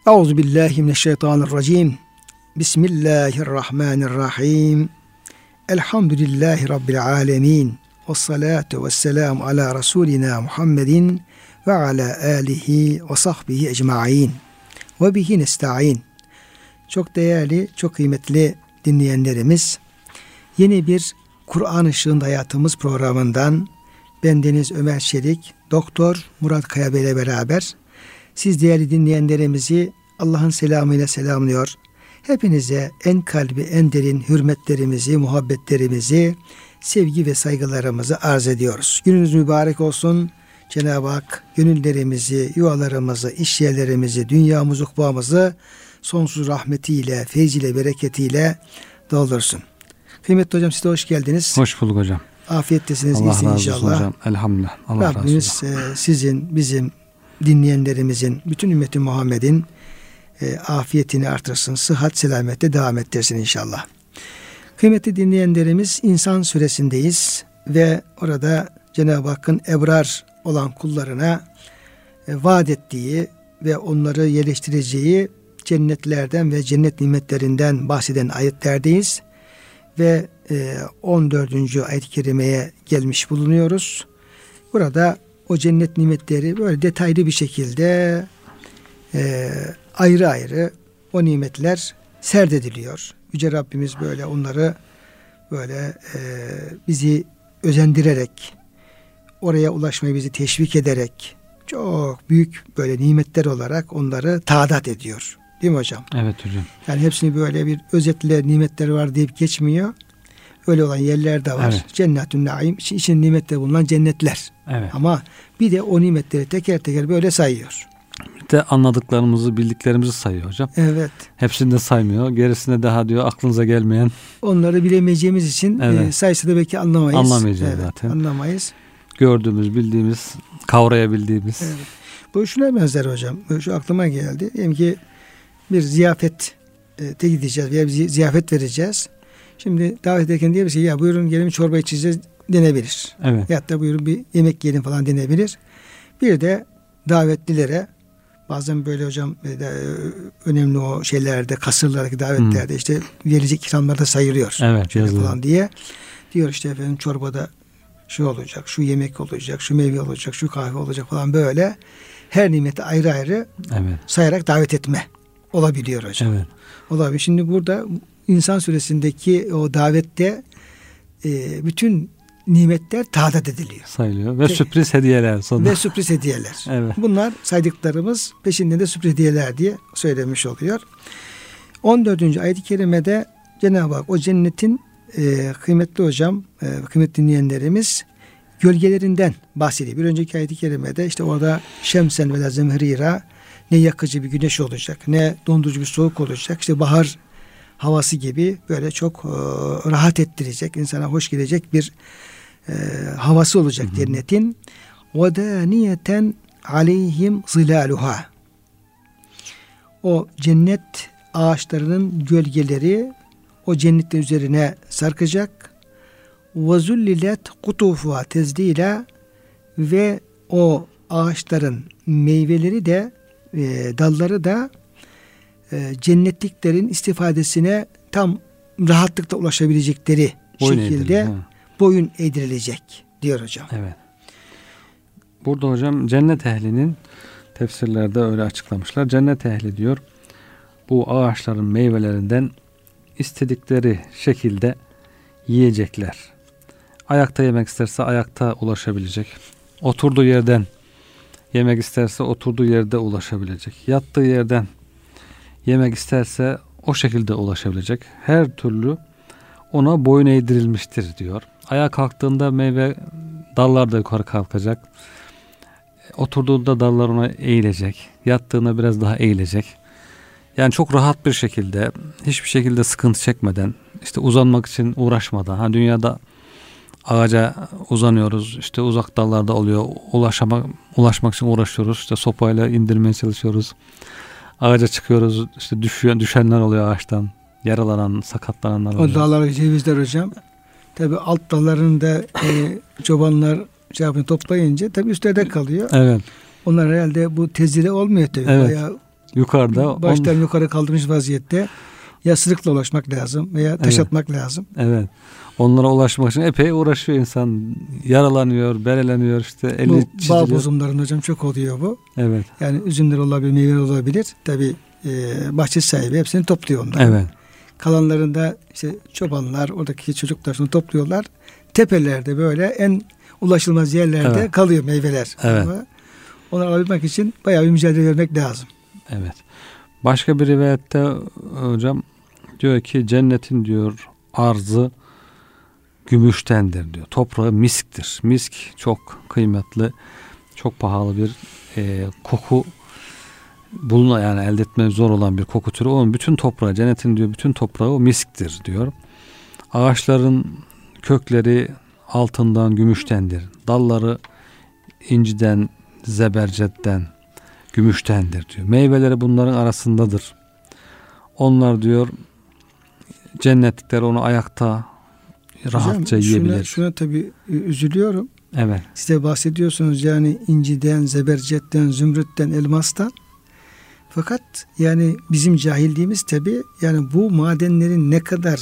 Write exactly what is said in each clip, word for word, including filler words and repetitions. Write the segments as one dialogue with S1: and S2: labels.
S1: Euzubillahimineşşeytanirracim. Bismillahirrahmanirrahim. Elhamdülillahi Rabbil alemin. Vessalatu vesselamu ala Resulina Muhammedin ve ala alihi ve sahbihi ecma'in. Ve bihi nesta'in. Çok değerli, çok kıymetli dinleyenlerimiz, yeni bir Kur'an Işığında Hayatımız programından bendeniz Ömer Çelik, Doktor Murat Kaya Bey ile beraber siz değerli dinleyenlerimizi Allah'ın selamıyla selamlıyor. Hepinize en kalbi, en derin hürmetlerimizi, muhabbetlerimizi, sevgi ve saygılarımızı arz ediyoruz. Gününüz mübarek olsun. Cenab-ı Hak gönüllerimizi, yuvalarımızı, iş yerlerimizi, dünyamızı, ukbağımızı sonsuz rahmetiyle, feyziyle, bereketiyle doldursun. Kıymetli hocam, siz de hoş geldiniz.
S2: Hoş bulduk hocam.
S1: Afiyettesiniz,
S2: Allah
S1: iyisiniz
S2: razı
S1: inşallah.
S2: olsun hocam. Elhamdülillah. Allah
S1: Rabbimiz
S2: razı olsun.
S1: e, sizin, bizim dinleyenlerimizin, bütün ümmeti Muhammed'in e, afiyetini artırsın, sıhhat, selamette devam ettirsin inşallah. Kıymetli dinleyenlerimiz, İnsan Suresindeyiz ve orada Cenab-ı Hakk'ın ebrar olan kullarına e, vaat ettiği ve onları yerleştireceği cennetlerden ve cennet nimetlerinden bahseden ayetlerdeyiz. Ve e, on dördüncü ayet-i kerimeye gelmiş bulunuyoruz. Burada o cennet nimetleri böyle detaylı bir şekilde e, ayrı ayrı o nimetler serdediliyor. Yüce Rabbimiz böyle onları böyle e, bizi özendirerek, oraya ulaşmayı bizi teşvik ederek çok büyük böyle nimetler olarak onları taadat ediyor. Değil mi hocam?
S2: Evet hocam.
S1: Yani hepsini böyle bir özetle nimetleri var deyip geçmiyor. Öyle olan yerler de var.
S2: Evet.
S1: Cennetün naim, için nimetler bulunan cennetler.
S2: Evet.
S1: Ama bir de o nimetleri teker teker böyle sayıyor.
S2: Bir de anladıklarımızı, bildiklerimizi sayıyor hocam.
S1: Evet.
S2: Hepsini de saymıyor. Gerisine daha diyor aklınıza gelmeyen.
S1: Onları bilemeyeceğimiz için
S2: Evet.
S1: e, sayısı da belki anlamayız.
S2: Anlamayacağız
S1: Evet,
S2: zaten.
S1: Anlamayız.
S2: Gördüğümüz, bildiğimiz, kavrayabildiğimiz.
S1: Evet. Bu şuna benzer hocam. Şu aklıma geldi. Diyelim ki bir ziyafete gideceğiz veya bir ziyafet vereceğiz. Şimdi davet ederken diye bir şey, ya buyurun gelin çorba içeceğiz denebilir.
S2: Evet.
S1: Ya da buyurun bir yemek yiyelim falan denebilir. Bir de davetlilere bazen böyle hocam önemli o şeylerde, kasırlardaki davetlerde hmm. işte verilecek ikramlarda sayılıyor.
S2: Evet, yazılı.
S1: Falan diye. Diyor işte efendim çorbada şu olacak, şu yemek olacak, şu meyve olacak, şu kahve olacak falan böyle. Her nimeti ayrı ayrı
S2: evet.
S1: sayarak davet etme olabiliyor hocam.
S2: Evet.
S1: Olabilir. Şimdi burada İnsan Suresindeki o davette e, bütün nimetler taadat ediliyor.
S2: Sayılıyor. Ve
S1: Te-
S2: sürpriz hediyeler sonunda.
S1: Ve sürpriz hediyeler.
S2: Evet.
S1: Bunlar saydıklarımız, peşinde de sürpriz hediyeler diye söylemiş oluyor. on dördüncü ayet-i kerimede Cenab-ı Hak o cennetin e, kıymetli hocam, e, kıymetli dinleyenlerimiz gölgelerinden bahsediyor. Bir önceki ayet-i kerimede işte orada şemsen ve zemherira, ne yakıcı bir güneş olacak, ne dondurucu bir soğuk olacak. İşte bahar havası gibi böyle çok e, rahat ettirecek, insana hoş gelecek bir e, havası olacak hı hı. cennetin. وَدَانِيَةً عَلَيْهِمْ ظِلَالُهَا. O cennet ağaçlarının gölgeleri o cennetin üzerine sarkacak. وَزُلِّلَتْ قُطُوفُهَا تَزْلِيلًا. Ve o ağaçların meyveleri de e, dalları da e, cennetliklerin istifadesine tam rahatlıkla ulaşabilecekleri boyun şekilde eğdirilir, boyun eğdirilecek diyor hocam.
S2: Evet. Burada hocam cennet ehlinin tefsirlerde öyle açıklamışlar. Cennet ehli diyor bu ağaçların meyvelerinden istedikleri şekilde yiyecekler. Ayakta yemek isterse ayakta ulaşabilecek. Oturduğu yerden yemek isterse oturduğu yerde ulaşabilecek. Yattığı yerden yemek isterse o şekilde ulaşabilecek. Her türlü ona boyun eğdirilmiştir diyor. Ayağa kalktığında meyve dallar da yukarı kalkacak. Oturduğunda dallar ona eğilecek. Yattığında biraz daha eğilecek. Yani çok rahat bir şekilde, hiçbir şekilde sıkıntı çekmeden, işte uzanmak için uğraşmadan. Ha dünyada ağaca uzanıyoruz, işte uzak dallarda oluyor, ulaşamak, ulaşmak için uğraşıyoruz, işte sopayla indirmeye çalışıyoruz. Ağaca çıkıyoruz, işte düşüyor, düşenler oluyor ağaçtan, yaralanan, sakatlananlar oluyor.
S1: O dağlar, cevizler hocam, tabi alt dallarını da e, çobanlar şey yapın, toplayınca tabi üstlerde kalıyor.
S2: Evet.
S1: Onlar herhalde bu tezire olmuyor tabi.
S2: Evet.
S1: Bayağı
S2: yukarıda.
S1: Baştan
S2: on...
S1: yukarı kaldırmış vaziyette. Ya sırıkla ulaşmak lazım veya taş
S2: evet.
S1: atmak lazım.
S2: Evet. Onlara ulaşmak için epey uğraşıyor insan. Yaralanıyor, bereleniyor, işte eli
S1: bu,
S2: çiziliyor.
S1: Bağ bozumların hocam çok oluyor bu.
S2: Evet.
S1: Yani üzümler olabilir, meyveler olabilir. Tabii e, bahçe sahibi hepsini topluyor onlar.
S2: Evet.
S1: Kalanlarında işte çobanlar, oradaki çocuklar şunu topluyorlar. Tepelerde böyle en ulaşılmaz yerlerde
S2: evet.
S1: kalıyor meyveler.
S2: Evet.
S1: Ama onu alabilmek için bayağı bir mücadele vermek lazım.
S2: Evet. Başka bir rivayette hocam diyor ki cennetin diyor arzı gümüştendir diyor. Toprağı misktir. Misk çok kıymetli, çok pahalı bir e, koku buluna yani elde etme zor olan bir koku türü. Onun bütün toprağı, cennetin diyor bütün toprağı o misktir diyor. Ağaçların kökleri altından gümüştendir. Dalları inciden, zebercetten, gümüştendir diyor. Meyveleri bunların arasındadır. Onlar diyor cennetlikler onu ayakta rahatça
S1: hocam,
S2: yiyebilir.
S1: Şuna, şuna tabii üzülüyorum.
S2: Evet.
S1: Size bahsediyorsunuz yani inciden, zebercetten, zümrütten, elmastan. Fakat yani bizim cahilliğimiz tabii yani bu madenlerin ne kadar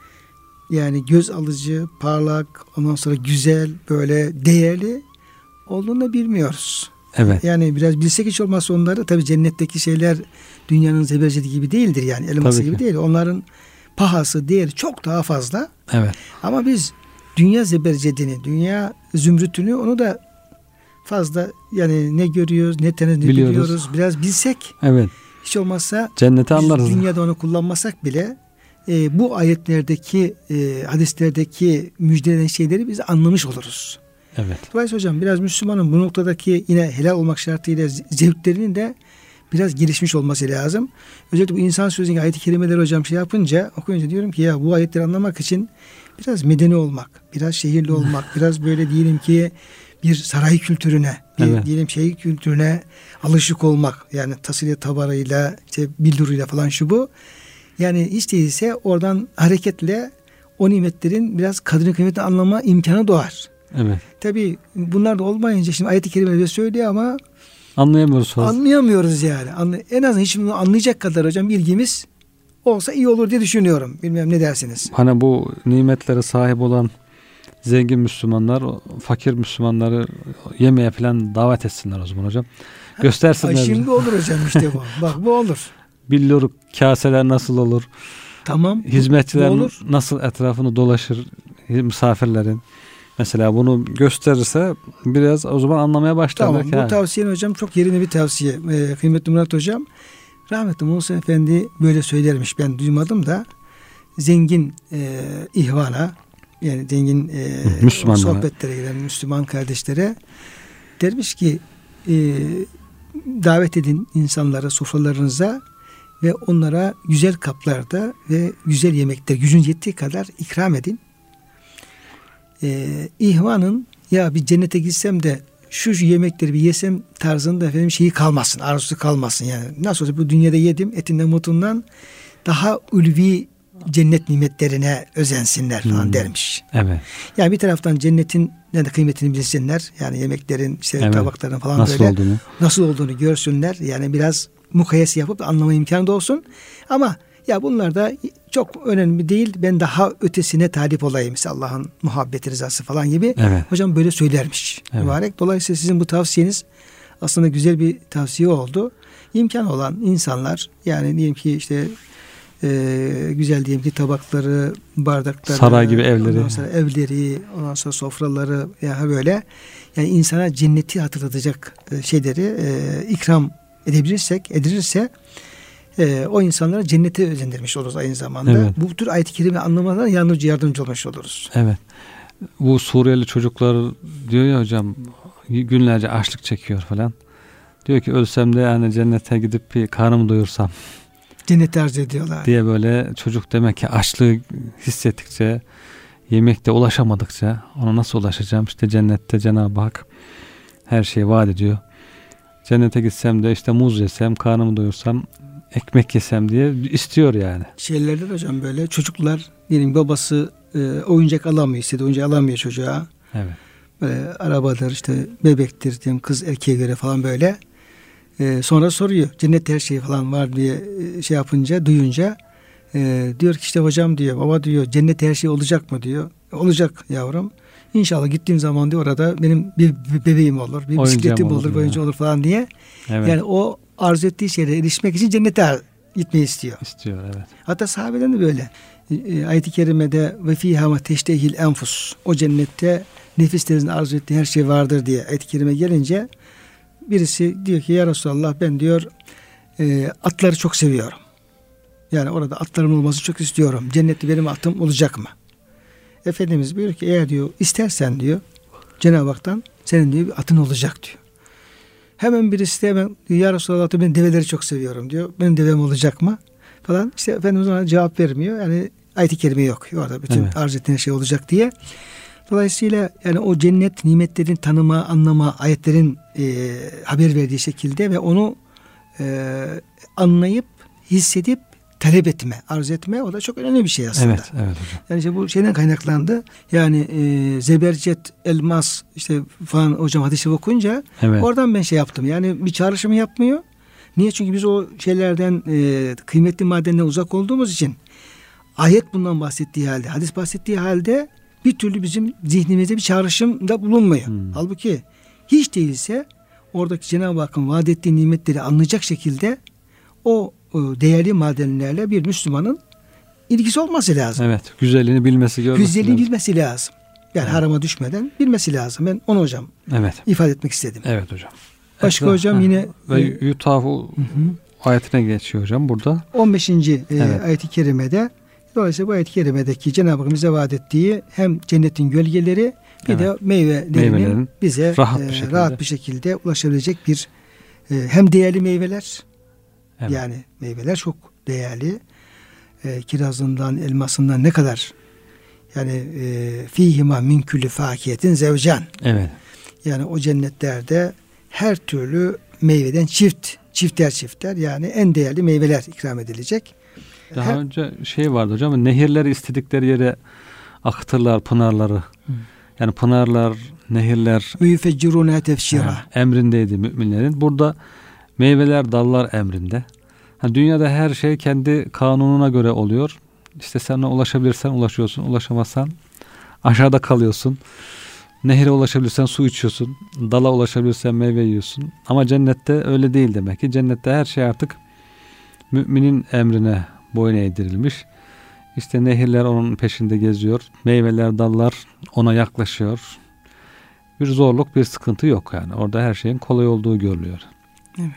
S1: yani göz alıcı, parlak, ondan sonra güzel, böyle değerli olduğunu bilmiyoruz.
S2: Evet.
S1: Yani biraz bilsek hiç olmazsa onları, tabii cennetteki şeyler dünyanın zeberceti gibi değildir yani, elması gibi değil. Onların pahası, değeri çok daha fazla.
S2: Evet.
S1: Ama biz dünya zebercedini, dünya zümrütünü onu da fazla yani ne görüyoruz, ne teniz, ne biliyoruz. biliyoruz. Biraz bilsek.
S2: Evet.
S1: Hiç olmazsa
S2: cenneti anlarız.
S1: Dünyada onu kullanmasak bile e, bu ayetlerdeki, e, hadislerdeki müjdelen şeyleri biz anlamış oluruz.
S2: Evet.
S1: Dolayısıyla hocam biraz Müslümanın bu noktadaki yine helal olmak şartıyla zevklerinin de biraz gelişmiş olması lazım. Özellikle bu insan sözünün ayet-i kerimeleri hocam şey yapınca, okuyunca diyorum ki ya bu ayetleri anlamak için biraz medeni olmak, biraz şehirli olmak, biraz böyle diyelim ki bir saray kültürüne, bir evet. diyelim şehir kültürüne alışık olmak. Yani tasıyla tabarıyla, işte bilduruyla falan şu bu. Yani hiç değilse oradan hareketle o nimetlerin biraz kadrini kıymetini anlama imkanı doğar.
S2: Evet.
S1: Tabii bunlar da olmayınca şimdi ayet-i kerimeler söylüyor ama
S2: anlayamıyoruz. Fazla. Anlayamıyoruz
S1: yani. En azından hiç bunu anlayacak kadar hocam bilgimiz olsa iyi olur diye düşünüyorum. Bilmem ne dersiniz.
S2: Hani bu nimetlere sahip olan zengin Müslümanlar fakir Müslümanları yemeğe falan davet etsinler o zaman hocam. Göstersinler.
S1: Ay şimdi olur hocam işte bu. Bak bu olur.
S2: Billur kaseler nasıl olur?
S1: Tamam.
S2: Hizmetçiler olur. Nasıl etrafını dolaşır misafirlerin. Mesela bunu gösterirse biraz o zaman anlamaya başlarlar.
S1: Tamam. Bu ha. tavsiyen hocam çok yerinde bir tavsiye. Ee, kıymetli Murat hocam. Rahmetli Musa Efendi böyle söylermiş. Ben duymadım da zengin e, ihvana yani zengin e, sohbetlere gelen Müslüman kardeşlere dermiş ki e, davet edin insanlara sofralarınıza ve onlara güzel kaplarda ve güzel yemekler gücün yettiği kadar ikram edin. E, ihvanın ya bir cennete gitsem de şu, şu yemekleri bir yesem tarzında efendim şeyi kalmasın, arzusu kalmasın yani. Nasıl olsa bu dünyada yedim etinden mutundan daha ulvi cennet nimetlerine özensinler falan hmm. dermiş.
S2: Evet.
S1: Yani bir taraftan cennetin ne de kıymetini bilsinler. Yani yemeklerin, işte evet. tabakların falan
S2: nasıl
S1: böyle
S2: olduğunu.
S1: nasıl olduğunu görsünler. Yani biraz mukayese yapıp anlama imkanı da olsun. Ama ya bunlar da çok önemli değil. Ben daha ötesine talip olayım. Mesela Allah'ın muhabbeti, rızası falan gibi. Evet. Hocam böyle söylermiş. Evet. Mübarek. Dolayısıyla sizin bu tavsiyeniz aslında güzel bir tavsiye oldu. İmkan olan insanlar yani diyelim ki işte Ee, güzel diyelim ki tabakları, bardakları,
S2: saray gibi evleri,
S1: ondan sonra evleri, ondan sonra sofraları ya böyle yani insana cenneti hatırlatacak şeyleri e, ikram edebilirsek, edilirse e, o insanlara cennete özendirmiş oluruz aynı zamanda. Evet. Bu tür ayet-i kerime anlamadan yalnızca yardımcı olmuş oluruz.
S2: Evet. Bu Suriyeli çocuklar diyor ya hocam günlerce açlık çekiyor falan. Diyor ki ölsem de yani cennete gidip bir karnımı doyursam.
S1: Cenneti arz ediyorlar.
S2: Diye böyle çocuk demek ki açlığı hissettikçe, yemekte ulaşamadıkça ona nasıl ulaşacağım? İşte cennette Cenab-ı Hak her şeyi vaat ediyor. Cennete gitsem de işte muz yesem, karnımı doyursam, ekmek yesem diye istiyor yani.
S1: Şeylerde hocam böyle çocuklar diyelim babası e, oyuncak alamıyor, istedi oyuncak alamıyor çocuğa.
S2: Evet.
S1: Böyle arabadır işte bebektir diyelim kız erkeğe göre falan böyle. E, sonra soruyor. Cennette her şey falan var diye e, şey yapınca, duyunca e, diyor ki işte hocam diyor, baba diyor, cennette her şey olacak mı diyor. Olacak yavrum. İnşallah gittiğim zaman diyor orada benim bir bebeğim olur, bir bisikletim olur, bir oyuncu olur falan diye. Evet. Yani o arzu ettiği şeye erişmek için cennete gitmeyi istiyor.
S2: İstiyor, evet.
S1: Hatta sahabeden de böyle. E, ayet-i kerimede ve fîhâ mâ teştehil enfus. O cennette nefislerinizin arzu ettiği her şey vardır diye ayet-i kerime gelince birisi diyor ki ya Resulallah ben diyor e, atları çok seviyorum. Yani orada atlarım olması çok istiyorum. Cennette benim atım olacak mı? Efendimiz buyuruyor ki eğer diyor istersen diyor Cenab-ı Hak'tan senin diyor bir atın olacak diyor. Hemen birisi de hemen ya Resulallah ben develeri çok seviyorum diyor. Benim devem olacak mı? Falan. İşte Efendimiz ona cevap vermiyor. Yani ayet-i kerime yok. Orada bütün evet. arz ettiğin şey olacak diye. Dolayısıyla yani o cennet nimetlerin tanıma, anlama, ayetlerin e, haber verdiği şekilde ve onu e, anlayıp, hissedip talep etme, arz etme o da çok önemli bir şey aslında.
S2: Evet, evet hocam.
S1: Yani işte bu şeyden kaynaklandı. Yani e, zebercet, elmas işte falan hocam hadisi okuyunca evet. oradan ben şey yaptım. Yani bir çağrışımı yapmıyor. Niye? Çünkü biz o şeylerden e, kıymetli madenden uzak olduğumuz için ayet bundan bahsettiği halde, hadis bahsettiği halde bir türlü bizim zihnimizde bir çağrışımda bulunmuyor. Hmm. Halbuki hiç değilse oradaki Cenab-ı Hakk'ın vaat ettiği nimetleri anlayacak şekilde o, o değerli madenlerle bir Müslümanın ilgisi olması lazım.
S2: Evet, güzelliğini bilmesi, görmesi
S1: güzelliğini
S2: lazım.
S1: bilmesi lazım. Yani evet. harama düşmeden bilmesi lazım. Ben onu hocam
S2: evet.
S1: ifade etmek istedim.
S2: Evet hocam.
S1: Başka evet, hocam ha. yine
S2: ve yutafu ayetine geçiyor hocam burada.
S1: on beşinci Evet. ayet-i kerimede dolayısıyla bu ayet-i kerimedeki Cenab-ı Hakk'ın bize vaat ettiği hem cennetin gölgeleri bir evet. de meyvelerinin Meyvelerin bize rahat bir, e, rahat bir şekilde ulaşabilecek bir e, hem değerli meyveler evet. yani meyveler çok değerli. E, kirazından, elmasından ne kadar yani e, fîhimâ min külli fâkiyetin zevcan.
S2: Evet.
S1: Yani o cennetlerde her türlü meyveden çift, çifter çifter yani en değerli meyveler ikram edilecek.
S2: Daha
S1: her,
S2: önce şey vardı hocam, nehirleri istedikleri yere akıtırlar pınarları. Hı. Yani pınarlar, nehirler
S1: müfeccirûne tefşira
S2: emrindeydi müminlerin. Burada meyveler, dallar emrinde. Yani dünyada her şey kendi kanununa göre oluyor. İşte sen ulaşabilirsen ulaşıyorsun, ulaşamazsan aşağıda kalıyorsun. Nehre ulaşabilirsen su içiyorsun, dala ulaşabilirsen meyve yiyorsun. Ama cennette öyle değil demek ki. Cennette her şey artık müminin emrine boyun eğdirilmiş. İşte nehirler onun peşinde geziyor. Meyveler, dallar ona yaklaşıyor. Bir zorluk, bir sıkıntı yok yani. Orada her şeyin kolay olduğu görülüyor.
S1: Evet.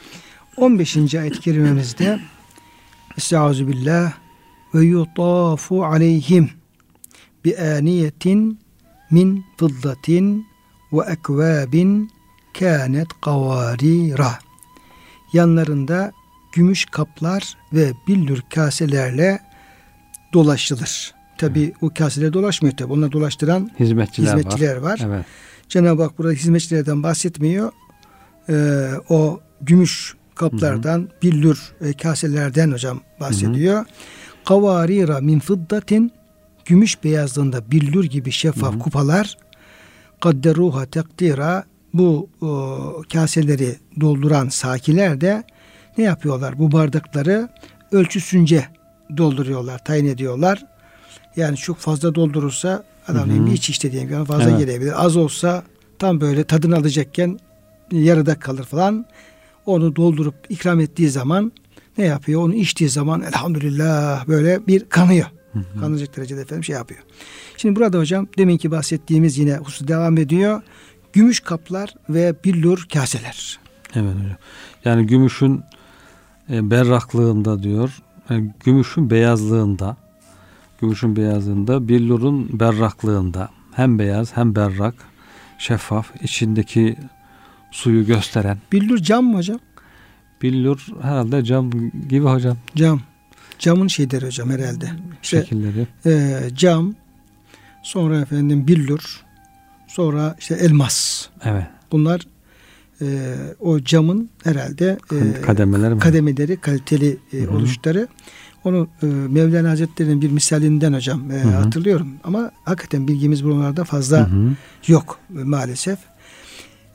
S1: on beşinci ayet-i kerimemizde Estaizu billah ve yutafu aleyhim bi aniyetin min fiddatin ve ekvabin kânet kavarira. Yanlarında gümüş kaplar ve billur kaselerle dolaşılır. Tabi o kaseler dolaşmıyor tabi. Onları dolaştıran
S2: hizmetçiler,
S1: hizmetçiler var.
S2: var. Evet.
S1: Cenab-ı Hak burada hizmetçilerden bahsetmiyor. Ee, o gümüş kaplardan, hı hı. billur e, kaselerden hocam bahsediyor. Kavarira min fiddatin, gümüş beyazlığında billur gibi şeffaf hı hı. kupalar, kadderuha takdira, bu o, kaseleri dolduran sakiler de ne yapıyorlar? Bu bardakları ölçüsünce dolduruyorlar, tayin ediyorlar. Yani çok fazla doldurursa adam diyeyim iç işte diyeyim yani fazla evet. gelebilir. Az olsa tam böyle tadını alacakken yarıda kalır falan. Onu doldurup ikram ettiği zaman ne yapıyor? Onu içtiği zaman elhamdülillah böyle bir kanıyor. Hı hı. Kanayacak derecede efendim şey yapıyor. Şimdi burada hocam deminki bahsettiğimiz yine husus devam ediyor. Gümüş kaplar ve billur kaseler.
S2: Evet hocam. Yani gümüşün e, berraklığında diyor. Yani gümüşün beyazlığında, gümüşün beyazlığında, billurun berraklığında. Hem beyaz hem berrak, şeffaf, içindeki suyu gösteren.
S1: Billur cam mı hocam?
S2: Billur herhalde cam gibi hocam.
S1: Cam. Camın şeyleri hocam herhalde. İşte,
S2: şekilleri.
S1: E, cam, sonra efendim billur, sonra işte elmas.
S2: Evet.
S1: Bunlar e, o camın herhalde e,
S2: kademeleri,
S1: kademeleri, kaliteli e, oluşları. Onu e, Mevlana Hazretleri'nin bir misalinden hocam e, hatırlıyorum. Ama hakikaten bilgimiz buralarda fazla hı hı. yok e, maalesef.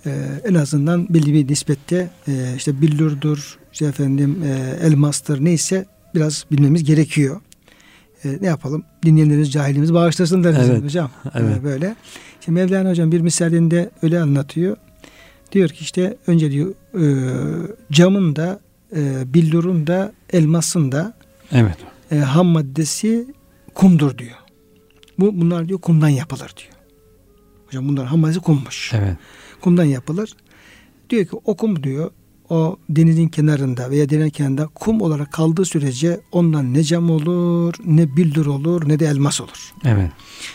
S1: e, en azından belli bir nispette e, işte billurdur, işte efendim e, elmastır neyse biraz bilmemiz gerekiyor. E, ne yapalım? Dinleyenlerimiz cahilimiz bağışlasın da bizim
S2: evet.
S1: hocam.
S2: Evet.
S1: E, böyle. Şimdi Mevlana hocam bir misalinde öyle anlatıyor. Diyor ki işte önce diyor e, camın da e, billurun da elmasın da
S2: evet.
S1: e, ham maddesi kumdur diyor. Bu bunlar diyor kumdan yapılır diyor. Hocam bunlar ham maddesi kummuş.
S2: Evet.
S1: Kumdan yapılır. Diyor ki o kum diyor o denizin kenarında veya deniz kenarında kum olarak kaldığı sürece ondan ne cam olur, ne billur olur, ne de elmas olur.
S2: Evet.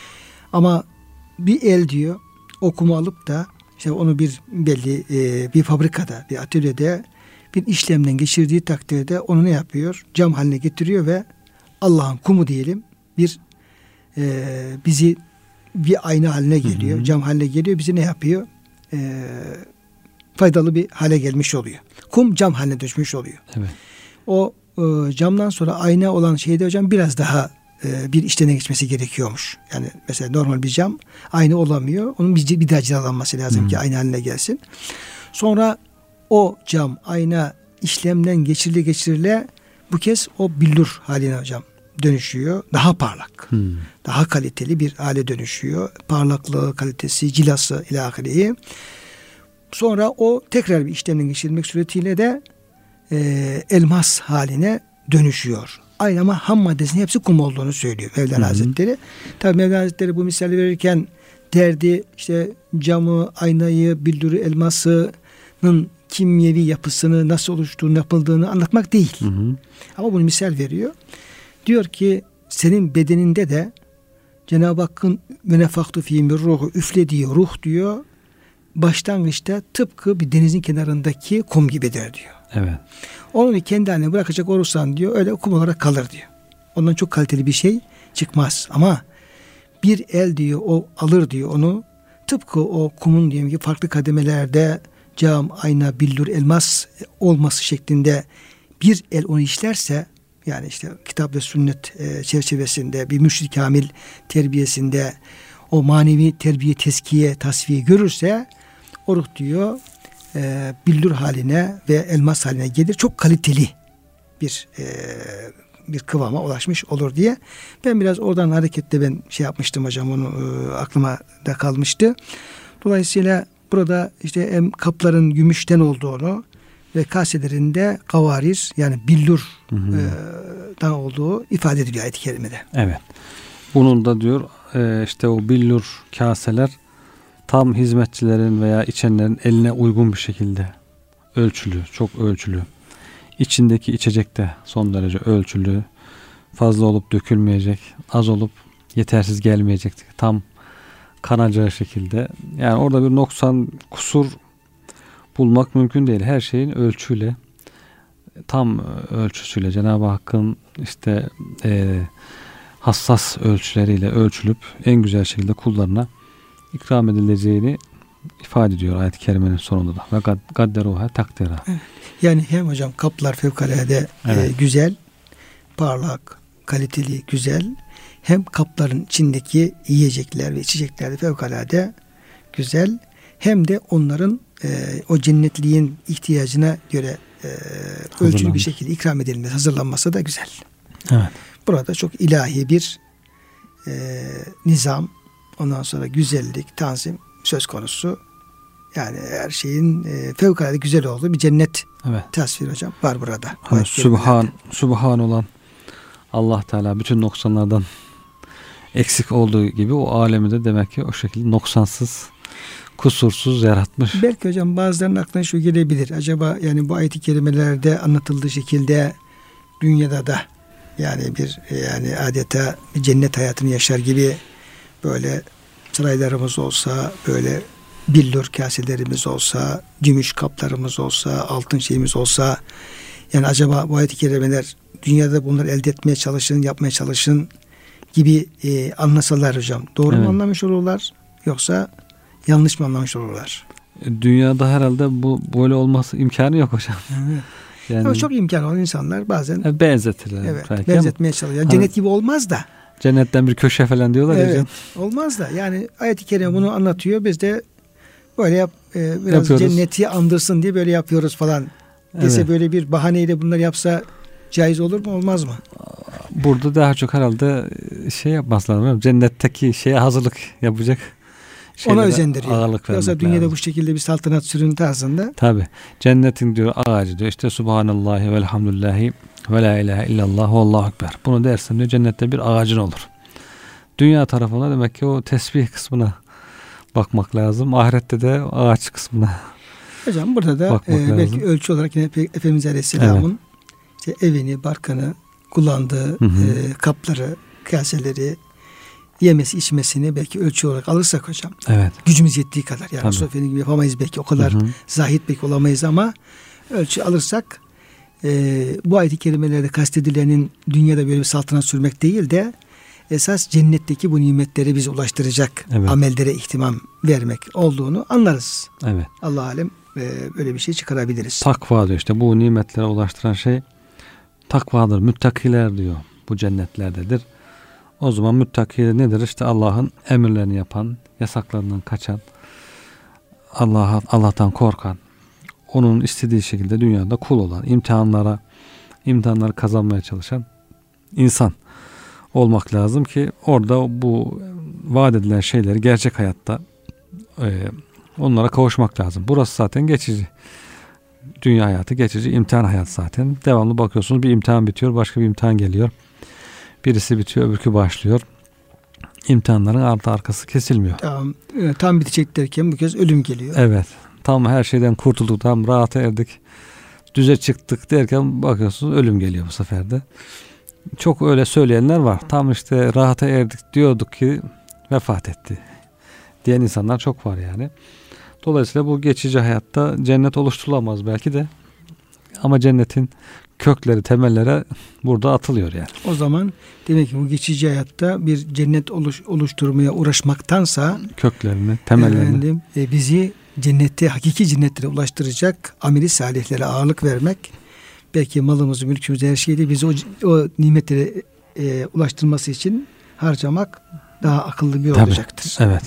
S1: Ama bir el diyor o kumu alıp da işte onu bir belli e, bir fabrikada, bir atölyede bir işlemden geçirdiği takdirde onu ne yapıyor? Cam haline getiriyor ve Allah'ın kumu diyelim bir e, bizi bir ayna haline geliyor. Hı hı. Cam haline geliyor. Bizi ne yapıyor? E, faydalı bir hale gelmiş oluyor. Kum cam haline düşmüş oluyor.
S2: Evet.
S1: O e, camdan sonra ayna olan şeyde hocam biraz daha e, bir işlene geçmesi gerekiyormuş. Yani mesela normal bir cam ayna olamıyor. Onun bir, bir daha cilalanması lazım hmm. ki ayna haline gelsin. Sonra o cam ayna işlemden geçirile geçirile bu kez o billur haline hocam dönüşüyor. Daha parlak. Hmm. Daha kaliteli bir hale dönüşüyor. Parlaklığı, kalitesi, cilası ilahiriyi. Sonra o tekrar bir işlemden geçirilmek suretiyle de e, elmas haline dönüşüyor. Aynı ama ham maddesinin hepsi kum olduğunu söylüyor Mevlana Hı-hı. Hazretleri. Tabi Mevlana Hazretleri bu misali verirken derdi işte camı, aynayı, billuru, elmasının kimyevi yapısını nasıl oluştuğunu, yapıldığını anlatmak değil. Hı-hı. Ama bunu misal veriyor. Diyor ki senin bedeninde de Cenab-ı Hakk'ın menefaktu fîmir ruhu üflediği ruh diyor. Başlangıçta tıpkı bir denizin kenarındaki kum gibidir diyor.
S2: Evet.
S1: Onu kendi haline bırakacak olursan diyor öyle kum olarak kalır diyor. Ondan çok kaliteli bir şey çıkmaz. Ama bir el diyor o alır diyor onu tıpkı o kumun diyelim ki farklı kademelerde cam, ayna, billur, elmas olması şeklinde bir el onu işlerse yani işte kitap ve sünnet çerçevesinde bir mürşid kamil terbiyesinde o manevi terbiye, teskiye, tasfiye görürse o ruh diyor e, billur haline ve elmas haline gelir. Çok kaliteli bir e, bir kıvama ulaşmış olur diye. Ben biraz oradan hareketle ben şey yapmıştım hocam onu e, aklıma da kalmıştı. Dolayısıyla burada işte hem kapların gümüşten olduğunu ve kaselerinde kavarir yani billur hı hı. E, da olduğu ifade ediliyor ayet-i kerimede.
S2: Evet. Bunun da diyor e, işte o billur kaseler tam hizmetçilerin veya içenlerin eline uygun bir şekilde ölçülü, çok ölçülü. İçindeki içecek de son derece ölçülü. Fazla olup dökülmeyecek, az olup yetersiz gelmeyecek. Tam kanacağı şekilde. Yani orada bir noksan, kusur bulmak mümkün değil. Her şeyin ölçüyle, tam ölçüsüyle Cenab-ı Hakk'ın işte e, hassas ölçüleriyle ölçülüp en güzel şekilde kullarına ikram edileceğini ifade ediyor ayet-i kerimenin sonunda da. Ve gadderuha takdira.
S1: Yani hem hocam kaplar fevkalade evet. e, güzel, parlak, kaliteli, güzel. Hem kapların içindeki yiyecekler ve içecekler de fevkalade güzel. Hem de onların e, o cennetliğin ihtiyacına göre e, ölçülü bir şekilde ikram edilmesi, hazırlanması da güzel.
S2: Evet.
S1: Burada çok ilahi bir e, nizam, ondan sonra güzellik, tanzim söz konusu. Yani her şeyin e, fevkalade güzel olduğu bir cennet evet. tasviri hocam var burada.
S2: Hani Sübhan, Sübhan olan Allah Teala bütün noksanlardan eksik olduğu gibi o alemi de demek ki o şekilde noksansız, kusursuz yaratmış.
S1: Belki hocam bazılarının aklına şu gelebilir. Acaba yani bu ayet-i kerimelerde anlatıldığı şekilde dünyada da yani bir yani adeta bir cennet hayatını yaşar gibi böyle saraylarımız olsa, böyle billur kaselerimiz olsa, gümüş kaplarımız olsa, altın şeyimiz olsa yani acaba bu ayet-i kerimeler dünyada bunları elde etmeye çalışın, yapmaya çalışın gibi e, anlasalar hocam. Doğru evet. mu anlamış olurlar yoksa yanlış mı anlamış olurlar?
S2: Dünyada herhalde bu böyle olması imkanı yok hocam.
S1: Evet. Yani, ama çok imkan olan insanlar bazen
S2: benzetirler.
S1: Evet, benzetmeye çalışıyor. Yani cennet gibi olmaz da.
S2: Cennetten bir köşe falan diyorlar
S1: evet,
S2: hocam.
S1: Olmaz da. Yani ayet-i kerime bunu anlatıyor. Biz de böyle yap, e, biraz
S2: Yapıyoruz.
S1: cenneti andırsın diye böyle yapıyoruz falan dese,
S2: Evet.
S1: böyle bir bahaneyle bunları yapsa caiz olur mu, olmaz mı?
S2: Burada daha çok herhalde şey yapması lazım. Cennetteki şeye hazırlık yapacak.
S1: Ona özendiriyor.
S2: Ağırlık
S1: Yoksa dünyada
S2: lazım.
S1: bu şekilde bir saltanat sürün tarzında.
S2: Tabi. Cennetin diyor ağacı diyor. İşte Subhanallahi velhamdülillahi ve la ilahe illallah ve allahu ekber. Bunu dersen diyor cennette bir ağacın olur. Dünya tarafına demek ki o tesbih kısmına bakmak lazım. Ahirette de ağaç kısmına.
S1: Hocam burada da e, belki ölçü olarak yine Efendimiz Aleyhisselam'ın evet. işte evini, barkını, kullandığı hı hı. E, kapları, kaseleri, yemesi, içmesini belki ölçü olarak alırsak hocam.
S2: Evet.
S1: Gücümüz yettiği kadar. Yani Resul Efendi gibi yapamayız belki, o kadar hı hı. zahit belki olamayız ama ölçü alırsak e, bu ayet-i kerimelerde kastedilenin dünyada böyle bir saltanat sürmek değil de esas cennetteki bu nimetleri bize ulaştıracak evet. amellere ihtimam vermek olduğunu anlarız.
S2: Evet.
S1: Allah alem e, böyle bir şey çıkarabiliriz.
S2: Takva diyor, işte bu nimetlere ulaştıran şey takvadır. Müttakiler diyor bu cennetlerdedir. O zaman müttaki nedir? İşte Allah'ın emirlerini yapan, yasaklarından kaçan, Allah'a Allah'tan korkan, onun istediği şekilde dünyada kul olan, imtihanlara imtihanları kazanmaya çalışan insan olmak lazım ki orada bu vaat edilen şeyleri gerçek hayatta e, onlara kavuşmak lazım. Burası zaten geçici. Dünya hayatı geçici, imtihan hayatı zaten. Devamlı bakıyorsunuz, bir imtihan bitiyor, başka bir imtihan geliyor. Birisi bitiyor, öbürkü başlıyor. İmtihanların ardı arkası kesilmiyor.
S1: Tam, tam bitecek derken bu kez ölüm geliyor.
S2: Evet. Tam her şeyden kurtulduk, tam rahata erdik, düze çıktık derken bakıyorsunuz ölüm geliyor bu sefer de. Çok öyle söyleyenler var. Tam işte rahata erdik diyorduk ki vefat etti diyen insanlar çok var yani. Dolayısıyla bu geçici hayatta cennet oluşturulamaz belki de. Ama cennetin kökleri, temelleri burada atılıyor yani.
S1: O zaman demek ki bu geçici hayatta bir cennet oluş, oluşturmaya uğraşmaktansa
S2: köklerini, temellerini
S1: efendim, e, bizi cennette, hakiki cennetlere ulaştıracak ameli salihlere ağırlık vermek, belki malımızı, mülkümüzü, her şeyi de bizi o, o nimetlere e, ulaştırması için harcamak daha akıllı bir
S2: Tabii,
S1: olacaktır.
S2: Evet.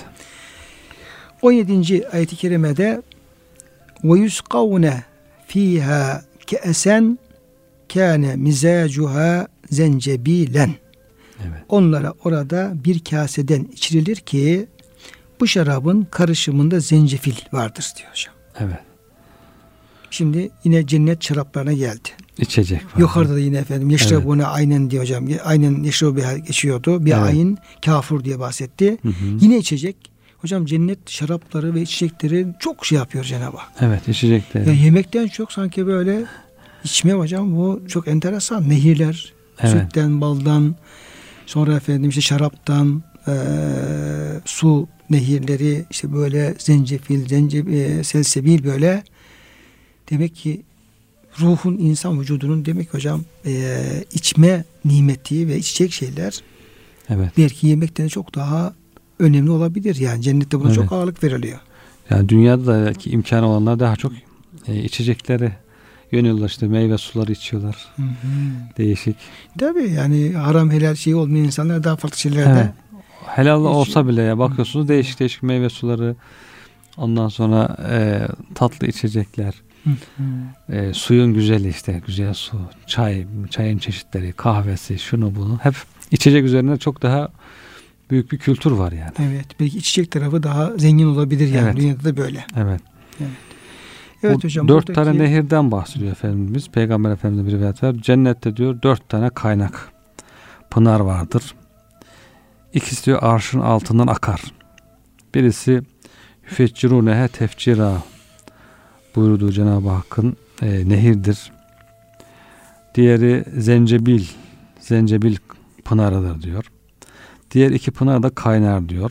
S1: on yedinci ayet-i kerimede ve yusqavne fiha ke'esen kâne mizacuha zencebilen.
S2: Evet.
S1: Onlara orada bir kaseden içirilir ki bu şarabın karışımında zencefil vardır diyor hocam.
S2: Evet.
S1: Şimdi yine cennet şaraplarına geldi.
S2: İçecek var.
S1: Yukarıda da yine efendim yeşrebune evet. aynen diyor hocam. Aynen yeşrebiha geçiyordu. Bir evet. ayın kafur diye bahsetti. Hı hı. Yine içecek. Hocam cennet şarapları ve içecekleri çok şey yapıyor Cenab-ı Hak.
S2: Evet, içecekleri.
S1: Ya yemekten çok sanki böyle içme hocam, bu çok enteresan. Nehirler, evet. sütten, baldan, sonra efendim işte şaraptan, e, su nehirleri, işte böyle zencefil, zencefil, e, selsebil böyle. Demek ki ruhun, insan vücudunun demek hocam e, içme nimeti ve içecek şeyler
S2: evet.
S1: belki yemekten çok daha önemli olabilir. Yani cennette buna evet. çok ağırlık veriliyor.
S2: Yani dünyada da belki imkanı olanlar daha çok e, içecekleri yöneliyorlar, işte meyve suları içiyorlar. Hı hı. Değişik.
S1: Tabii yani haram helal şey olmayan insanlar daha farklı şeylerde. Evet.
S2: Helal olsa bile ya bakıyorsunuz, hı. değişik değişik meyve suları, ondan sonra e, tatlı içecekler. Hı hı. E, suyun güzeli, işte güzel su, çay, çayın çeşitleri, kahvesi, şunu bunu hep içecek üzerine çok daha büyük bir kültür var yani.
S1: Evet. Belki içecek tarafı daha zengin olabilir yani.
S2: Evet.
S1: Dünyada da böyle.
S2: Evet.
S1: Evet, evet
S2: Bu
S1: hocam.
S2: Dört
S1: buradaki...
S2: tane nehirden bahsediyor Efendimiz. Peygamber Efendimiz bir rivayet var. Cennette diyor dört tane kaynak, pınar vardır. İkisi diyor arşın altından akar. Birisi yüfeccirunehe tefcira buyurduğu Cenab-ı Hakk'ın e, nehirdir. Diğeri zencebil, zencebil pınarıdır diyor. Diğer iki pınar da kaynar diyor.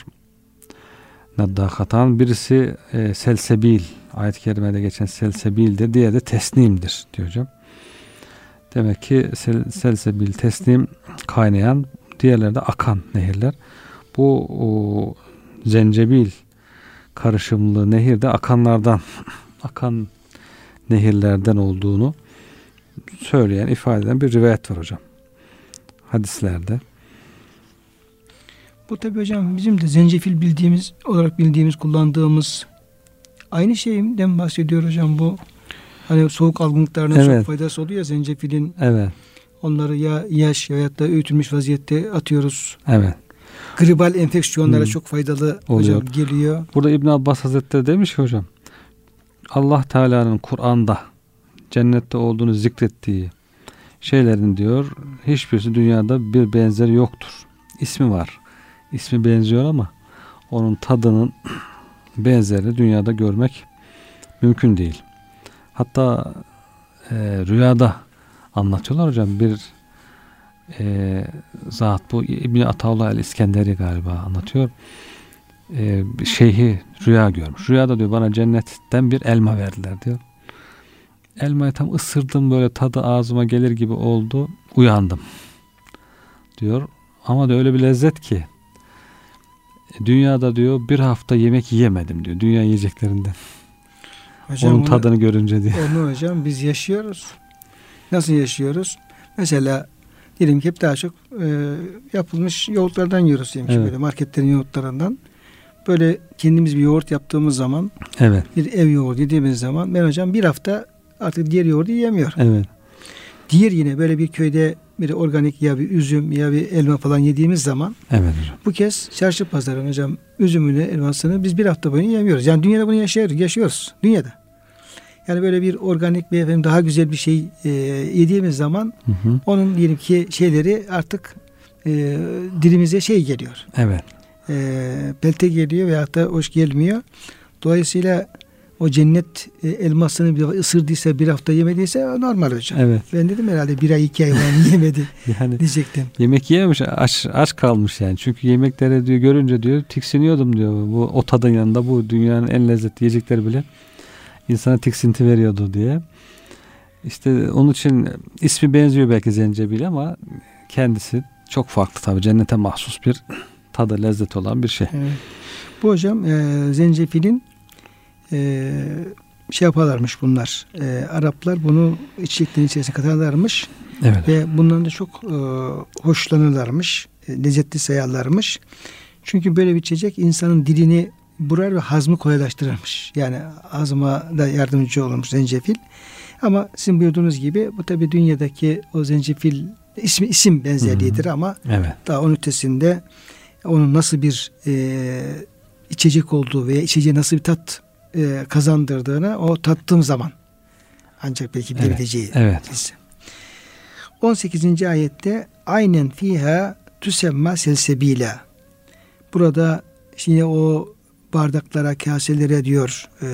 S2: Naddakatan, birisi e, selsebil, ayet-i kerimede geçen selsebildir. Diğeri de tesnimdir diyor hocam. Demek ki sel, selsebil, tesnim kaynayan, diğerleri de akan nehirler. Bu o, zencebil karışımlı nehir de akanlardan, akan nehirlerden olduğunu söyleyen, ifade eden bir rivayet var hocam. Hadislerde.
S1: Bu tabi hocam bizim de zencefil bildiğimiz olarak bildiğimiz, kullandığımız Aynı şeyden bahsediyor hocam bu. Hani soğuk algınlıklarına
S2: Evet.
S1: çok faydası oluyor ya zencefilin.
S2: Evet.
S1: Onları ya yaş veyahut da öğütülmüş vaziyette atıyoruz.
S2: Evet.
S1: Gribal enfeksiyonlara
S2: Hmm.
S1: çok faydalı
S2: Oluyor.
S1: hocam geliyor.
S2: Burada İbn Abbas Hazretleri demiş ki hocam, Allah Teala'nın Kur'an'da cennette olduğunu zikrettiği şeylerin diyor hiçbirisi dünyada bir benzeri yoktur. İsmi var. İsmi benziyor ama onun tadının benzerini dünyada görmek mümkün değil. Hatta e, rüyada anlatıyorlar hocam, bir e, zat, bu İbn-i Ataullah el-İskenderi galiba anlatıyor. E, şeyhi rüya görmüş. Rüyada diyor bana cennetten bir elma verdiler diyor. Elmayı tam ısırdım, böyle tadı ağzıma gelir gibi oldu. Uyandım diyor. Ama da öyle bir lezzet ki dünyada diyor bir hafta yemek yiyemedim diyor. Dünya yiyeceklerinden.
S1: Hocam
S2: onun
S1: onu,
S2: tadını görünce diyor.
S1: Onu hocam biz yaşıyoruz. Nasıl yaşıyoruz? Mesela diyelim ki hep daha çok e, yapılmış yoğurtlardan yiyoruz diyelim ki,
S2: Evet.
S1: böyle marketlerin yoğurtlarından. Böyle kendimiz bir yoğurt yaptığımız zaman,
S2: Evet.
S1: bir ev yoğurdu yediğimiz zaman ben hocam bir hafta artık diğer yoğurdu yiyemiyorum.
S2: Evet.
S1: Diğer yine böyle bir köyde bir organik ya bir üzüm ya bir elma falan yediğimiz zaman,
S2: Evet hocam.
S1: bu kez çarşı pazarın hocam üzümünü, elmasını biz bir hafta boyunca yemiyoruz. Yani dünyada bunu yaşıyoruz, yaşıyoruz dünyada. Yani böyle bir organik bir efendim daha güzel bir şey e, yediğimiz zaman
S2: Hı hı.
S1: onun diyelim ki şeyleri artık e, dilimize şey geliyor.
S2: Evet.
S1: E, pelte geliyor veyahut da hoş gelmiyor. Dolayısıyla o cennet e, elmasını bir ısırdıysa, bir hafta yemediyse normal hocam.
S2: Evet.
S1: Ben dedim herhalde bir ay iki ay falan yemedi
S2: Yani
S1: diyecektim.
S2: yemek yememiş, aç, aç kalmış yani. Çünkü yemekleri diyor görünce diyor tiksiniyordum diyor. Bu o tadın yanında bu dünyanın en lezzetli yiyecekleri bile insana tiksinti veriyordu diye. İşte onun için ismi benziyor belki zencefil ama kendisi çok farklı tabii. Cennete mahsus bir tadı, lezzet olan bir şey.
S1: Evet. Bu hocam e, zencefilin e, şey yaparlarmış bunlar. E, Araplar bunu içeceklerin içerisine katarlarmış.
S2: Evet.
S1: Ve bundan da çok e, hoşlanırlarmış. E, lezzetli sayarlarmış. Çünkü böyle bir içecek insanın dilini burar ve hazmı kolaylaştırırmış. Yani hazma da yardımcı olurmuş zencefil. Ama sizin buyurduğunuz gibi bu tabi dünyadaki o zencefil ismi isim benzerliğidir ama
S2: Evet.
S1: daha onun ötesinde onun nasıl bir e, içecek olduğu veya içeceği nasıl bir tat e, kazandırdığını o tattığım zaman ancak belki bilebileceği.
S2: Evet.
S1: Evet. on sekizinci ayette aynen fiha tüsemma selsebila. Burada şimdi o bardaklara, kaselere diyor e,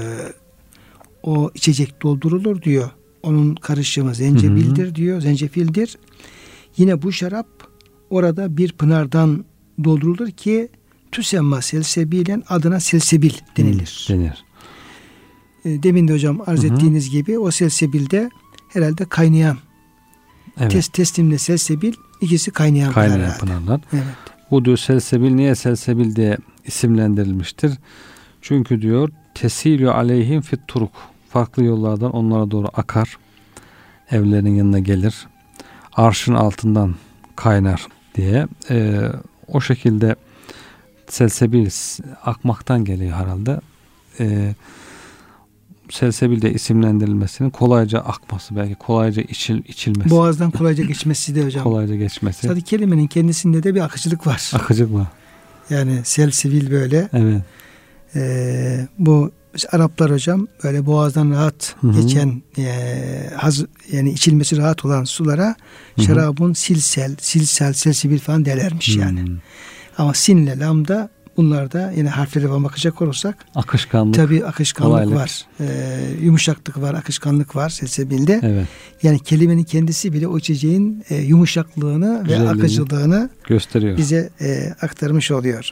S1: o içecek doldurulur diyor. Onun karışımı zencebildir, hı hı, diyor. Zencefildir. Yine bu şarap orada bir pınardan doldurulur ki tüsemma selsebilen, adına selsebil denilir.
S2: Hı, denir.
S1: E, demin de hocam arz, hı hı, ettiğiniz gibi o selsebilde herhalde kaynayan,
S2: evet,
S1: tes, teslimle selsebil ikisi kaynayan,
S2: kaynayan pınarlar. Evet. Bu diyor selsebil niye selsebil diye isimlendirilmiştir? Çünkü diyor tesilü aleyhim fit turuk. Farklı yollardan onlara doğru akar. Evlerinin yanına gelir. Arşın altından kaynar diye. Ee, o şekilde selsebil akmaktan geliyor herhalde. Ee, selsebil de isimlendirilmesinin kolayca akması, belki kolayca içil, içilmesi.
S1: Boğazdan kolayca geçmesi de hocam.
S2: Kolayca geçmesi.
S1: Sadece kelimenin kendisinde de bir akıcılık var.
S2: Akıcılık var.
S1: Yani selsebil böyle.
S2: Evet.
S1: Ee, bu Araplar hocam böyle boğazdan rahat, hı hı, geçen e, haz, yani içilmesi rahat olan sulara, hı hı, şarabın silsel, silsel, selsebil falan derlermiş, hı, yani. Ama sinle lamda bunlarda yine harflere bakacak olursak
S2: akışkanlık,
S1: tabii akışkanlık kolaylık var. E, yumuşaklık var, akışkanlık var selsebilde.
S2: Evet.
S1: Yani kelimenin kendisi bile o içeceğin e, yumuşaklığını ve akıcılığını gösteriyor. Bize e, aktarmış oluyor.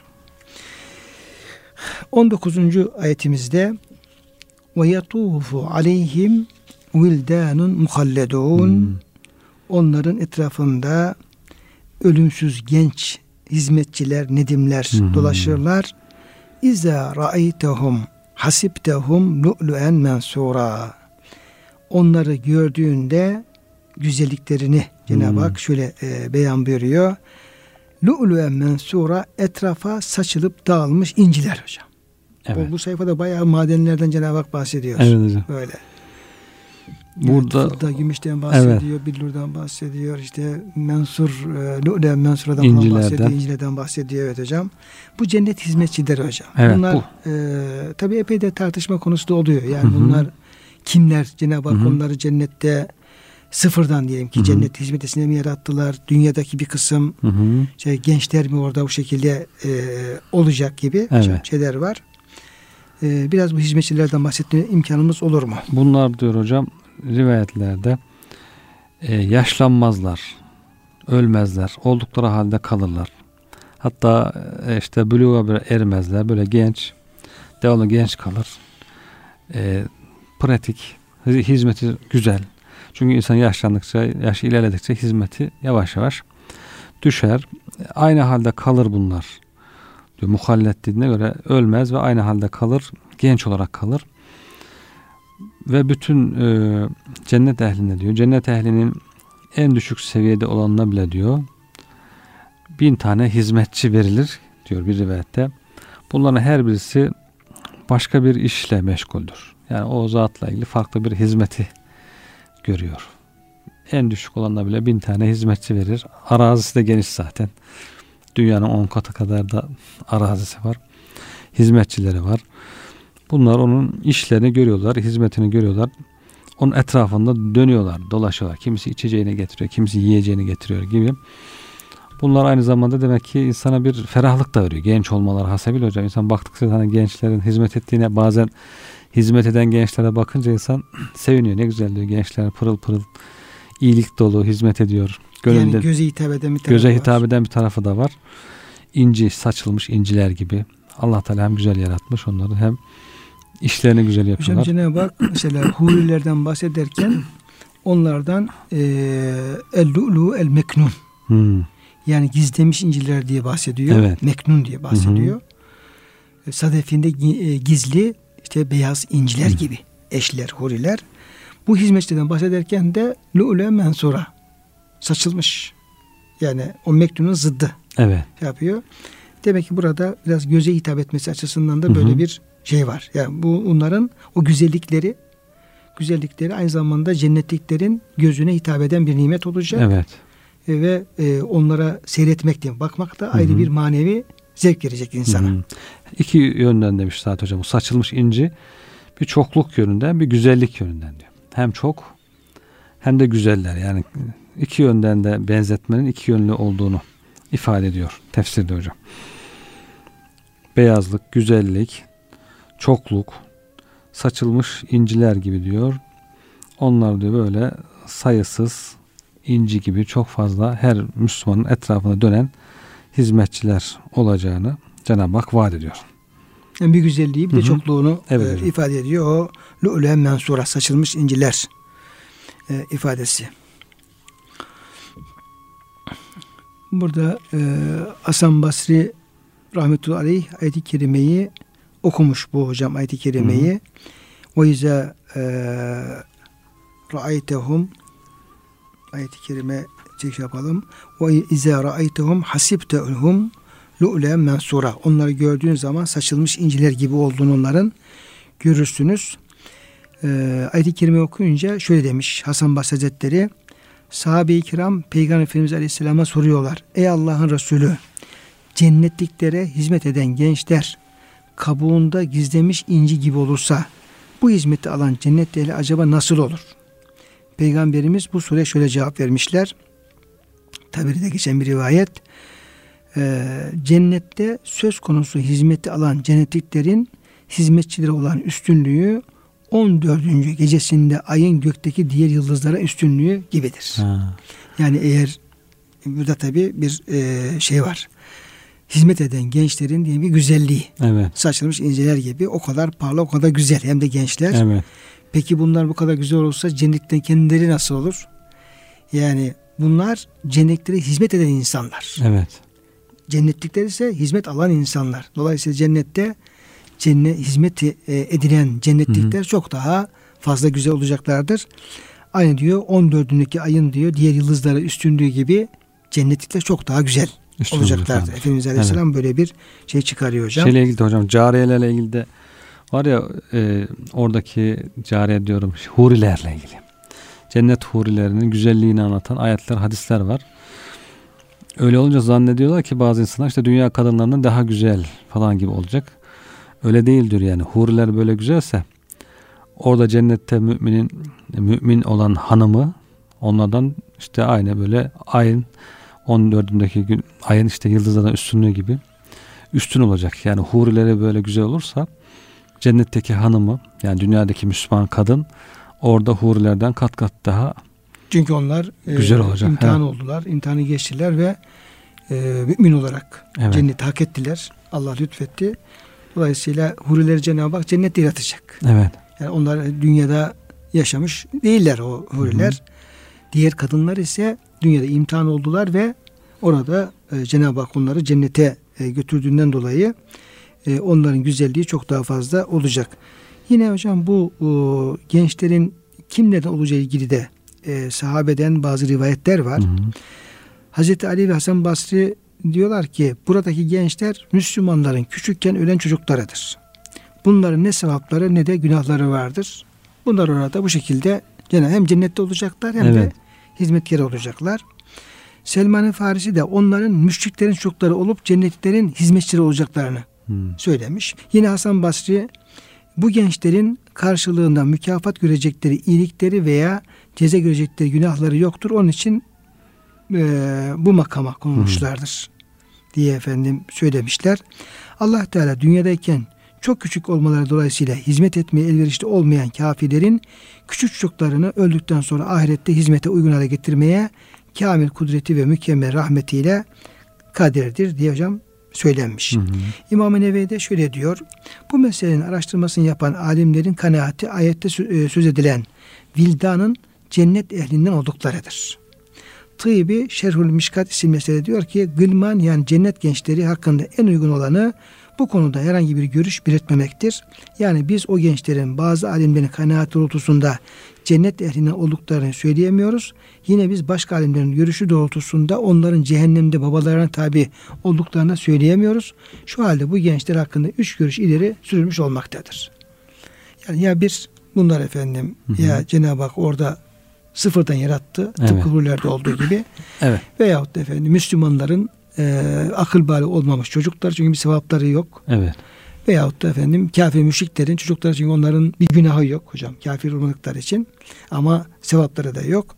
S1: on dokuzuncu ayetimizde ve yatufu aleyhim vildanun muhalledun, onların etrafında ölümsüz genç hizmetçiler, nedimler, hmm, dolaşırlar. İza ra'aytehum hasibtehum lu'luen mensura. Onları gördüğünde güzelliklerini Cenab-ı Hak hmm. şöyle e, beyan buyuruyor. Lu'luen mensura, etrafa saçılıp dağılmış inciler hocam.
S2: Evet.
S1: Bu, bu sayfada bayağı madenlerden Cenab-ı Hak bahsediyor.
S2: Evet hocam.
S1: Böyle.
S2: Burada
S1: yani fırda, gümüşten bahsediyor, evet. billurdan bahsediyor, işte mensur, e, lu'le mensuradan falan bahsediyor, incilerden bahsediyor, evet hocam. Bu cennet hizmetçileri hocam.
S2: Evet,
S1: bunlar
S2: bu.
S1: E, tabii epey de tartışma konusu da oluyor. Yani
S2: Hı-hı.
S1: bunlar kimler? Cenab-ı Hak
S2: Hı-hı.
S1: onları cennette sıfırdan diyelim ki Hı-hı. cennet hizmetine mi yarattılar? Dünyadaki bir kısım şey, gençler mi orada bu şekilde e, olacak gibi
S2: evet.
S1: şeyler var. E, biraz bu hizmetçilerden bahsetme imkanımız olur mu?
S2: Bunlar diyor hocam rivayetlerde e, yaşlanmazlar, ölmezler, oldukları halde kalırlar. Hatta e, işte buluğa ermezler, böyle genç, devamlı genç kalır. E, pratik, hizmeti güzel. Çünkü insan yaşlandıkça, yaşı ilerledikçe hizmeti yavaş yavaş düşer. Aynı halde kalır bunlar. Diyor, muhallet dediğine göre ölmez ve aynı halde kalır, genç olarak kalır. Ve bütün e, cennet ehline diyor, cennet ehlinin en düşük seviyede olanına bile diyor, bin tane hizmetçi verilir diyor bir rivayette. Bunların her birisi başka bir işle meşguldür. Yani o zatla ilgili farklı bir hizmeti görüyor. En düşük olanına bile bin tane hizmetçi verir. Arazisi de geniş zaten. Dünyanın on katı kadar da arazisi var. Hizmetçileri var. Bunlar onun işlerini görüyorlar, hizmetini görüyorlar. Onun etrafında dönüyorlar, dolaşıyorlar. Kimisi içeceğini getiriyor, kimisi yiyeceğini getiriyor gibi. Bunlar aynı zamanda demek ki insana bir ferahlık da veriyor. Genç olmaları hasebiyle hocam. İnsan baktıkça hani gençlerin hizmet ettiğine, bazen hizmet eden gençlere bakınca insan seviniyor. Ne güzel diyor, gençler pırıl pırıl, iyilik dolu hizmet ediyor. Gönülde,
S1: yani göze hitap eden bir tarafı
S2: göze
S1: var.
S2: hitap eden bir tarafı da var. İnci, saçılmış inciler gibi. Allah Teala hem güzel yaratmış onları, hem işlerini güzel yapıyorlar.
S1: Hocam Cenab-ı Hak mesela hurilerden bahsederken onlardan el-lu'lu el-meknun
S2: Hmm.
S1: yani gizlemiş inciler diye bahsediyor.
S2: Evet.
S1: Meknun diye bahsediyor. Hı-hı. Sadefinde gizli işte beyaz inciler Hı-hı. gibi eşler, huriler. Bu hizmetçiden bahsederken de lu'lu mensura, saçılmış. Yani o meknunun zıddı.
S2: Evet.
S1: Yapıyor. Demek ki burada biraz göze hitap etmesi açısından da böyle Hı-hı. bir şey var. Yani bu onların o güzellikleri güzellikleri aynı zamanda cennetliklerin gözüne hitap eden bir nimet olacak.
S2: Evet.
S1: E, ve e, onlara seyretmek diye bakmak da ayrı Hı-hı. bir manevi zevk verecek insana. Hı-hı.
S2: İki yönden demiş zaten hocam. O saçılmış inci bir çokluk yönünden, bir güzellik yönünden diyor. Hem çok hem de güzeller. Yani iki yönden de benzetmenin iki yönlü olduğunu ifade ediyor tefsirde hocam. Beyazlık, güzellik, çokluk, saçılmış inciler gibi diyor. Onlar diyor böyle sayısız inci gibi çok fazla her Müslümanın etrafına dönen hizmetçiler olacağını Cenab-ı Hak vaat ediyor.
S1: Yani bir güzelliği bir de Hı-hı. çokluğunu
S2: evet,
S1: e, ifade ediyor. O lu'lu mensura, saçılmış inciler e, ifadesi. Burada e, Hasan Basri rahmetullahi aleyh ayet-i kerimeyi okumuş bu hocam ayet-i kerimeyi. O yüzden ra'aytehum ayet-i kerime çek yapalım. Ve izâ ra'aytehum hasibtehum lu'le mensura. Onları gördüğün zaman saçılmış inciler gibi olduğunu onların görürsünüz. Ee, ayet-i kerime okuyunca şöyle demiş Hasan Basri Hazretleri, sahabe-i kiram Peygamber Efendimiz Aleyhisselam'a soruyorlar. Ey Allah'ın Resulü, cennetliklere hizmet eden gençler kabuğunda gizlemiş inci gibi olursa bu hizmeti alan cennet ehli acaba nasıl olur? Peygamberimiz bu soruya şöyle cevap vermişler. Tabiride geçen bir rivayet. E, cennette söz konusu hizmeti alan cennetliklerin hizmetçileri olan üstünlüğü on dördüncü gecesinde ayın gökteki diğer yıldızlara üstünlüğü gibidir. Ha. Yani eğer burada tabi bir e, şey var. Hizmet eden gençlerin diye bir güzelliği. Evet. Saçılmış inciler gibi o kadar parlak, o kadar güzel. Hem de gençler. Evet. Peki bunlar bu kadar güzel olursa cennetten kendileri nasıl olur? Yani bunlar cennetlere hizmet eden insanlar. Evet. Cennetlikler ise hizmet alan insanlar. Dolayısıyla cennette cennet hizmet edilen cennetlikler Hı-hı. çok daha fazla güzel olacaklardır. Aynı diyor on dördündeki ayın diyor diğer yıldızlara üstünlüğü gibi cennetlikler çok daha güzel
S2: Üstün
S1: olacaklardır.
S2: olacaklar.
S1: Efendimiz Aleyhisselam evet. böyle bir şey çıkarıyor hocam.
S2: Şeyle ilgili de hocam, cariyelerle ilgili de var ya e, oradaki cariye diyorum hurilerle ilgili. Cennet hurilerinin güzelliğini anlatan ayetler, hadisler var. Öyle olunca zannediyorlar ki bazı insanlar işte dünya kadınlarından daha güzel falan gibi olacak. Öyle değildir yani. Huriler böyle güzelse orada cennette müminin mümin olan hanımı onlardan işte aynı böyle ayın on dördündeki gün ayın işte yıldızlardan üstünlüğü gibi üstün olacak. Yani hurileri böyle güzel olursa cennetteki hanımı yani dünyadaki Müslüman kadın orada hurilerden kat kat daha
S1: çünkü onlar
S2: güzel
S1: e,
S2: olacak.
S1: imtihan
S2: He.
S1: oldular. İmtihanı geçtiler ve e, mümin olarak evet. cenneti hak ettiler. Allah lütfetti. Dolayısıyla hurileri Cenab-ı Hak cennette yaratacak.
S2: Evet.
S1: Yani onlar dünyada yaşamış değiller o huriler. Hı hı. Diğer kadınlar ise dünyada imtihan oldular ve orada e, Cenab-ı Hak onları cennete e, götürdüğünden dolayı e, onların güzelliği çok daha fazla olacak. Yine hocam bu o, gençlerin kimlerden olacağı ilgili de e, sahabeden bazı rivayetler var. Hı hı. Hazreti Ali ve Hasan Basri diyorlar ki buradaki gençler Müslümanların küçükken ölen çocuklarıdır. Bunların ne sevapları ne de günahları vardır. Bunlar orada bu şekilde hem cennette olacaklar hem evet. de hizmetkar olacaklar. Selman-ı Farisi de onların müşriklerin çocukları olup cennetlerin hizmetçileri olacaklarını hmm. söylemiş. Yine Hasan Basri bu gençlerin karşılığında mükafat görecekleri iyilikleri veya ceza görecekleri günahları yoktur. Onun için e, bu makama konulmuşlardır hmm. diye efendim söylemişler. Allah Teala dünyadayken çok küçük olmaları dolayısıyla hizmet etmeye elverişli olmayan kafirlerin küçük çocuklarını öldükten sonra ahirette hizmete uygun hale getirmeye kamil kudreti ve mükemmel rahmetiyle kadirdir diye hocam söylenmiş. Hı hı. İmam-ı Nevevi de şöyle diyor. Bu meselenin araştırmasını yapan alimlerin kanaati ayette söz edilen vildanın cennet ehlinden olduklarıdır. Tıbbi Şerhül Mişkat isimli mesele diyor ki gılman yani cennet gençleri hakkında en uygun olanı bu konuda herhangi bir görüş belirtmemektir. Yani biz o gençlerin bazı alimlerin kanaati doğrultusunda cennet ehlinden olduklarını söyleyemiyoruz. Yine biz başka alimlerin görüşü doğrultusunda onların cehennemde babalarına tabi olduklarını söyleyemiyoruz. Şu halde bu gençler hakkında üç görüş ileri sürülmüş olmaktadır. Yani ya bir bunlar efendim hı hı. ya Cenab-ı Hak orada sıfırdan yarattı. Evet. Tıpkı hurlerde olduğu gibi. Evet. Veyahut da efendim Müslümanların e, akıl bali olmamış çocuklar çünkü bir sevapları yok. Evet. Veyahut da efendim kafir müşriklerin çocukları çünkü onların bir günahı yok hocam. Kafir olmadıkları için ama sevapları da yok.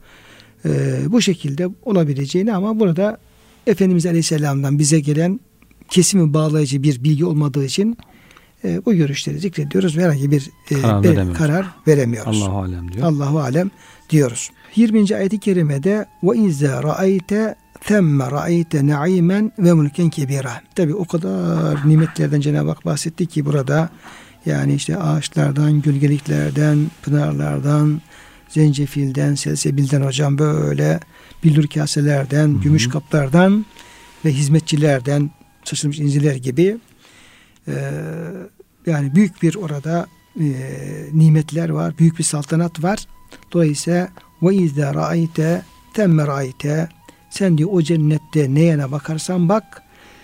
S1: E, bu şekilde olabileceğini ama burada Efendimiz Aleyhisselam'dan bize gelen kesimi bağlayıcı bir bilgi olmadığı için e, bu görüşleri zikrediyoruz ve herhangi bir e, karar, be, karar veremiyoruz.
S2: Allahu alem diyor.
S1: Allahu alem diyoruz. yirminci ayet-i kerimede ve izâ ra'ayte themme ra'ayte na'imen ve mulken kebira. Tabi o kadar nimetlerden Cenab-ı Hak bahsetti ki burada yani işte ağaçlardan, gölgeliklerden, pınarlardan, zencefilden, selsebilden hocam böyle billur kaselerden, Hı-hı. gümüş kaplardan ve hizmetçilerden saçılmış inciler gibi e, yani büyük bir orada e, nimetler var, büyük bir saltanat var. Dolayısıyla ve izâ ra'ayte themme ra'ayte sen diyor o cennette ne yana bakarsan bak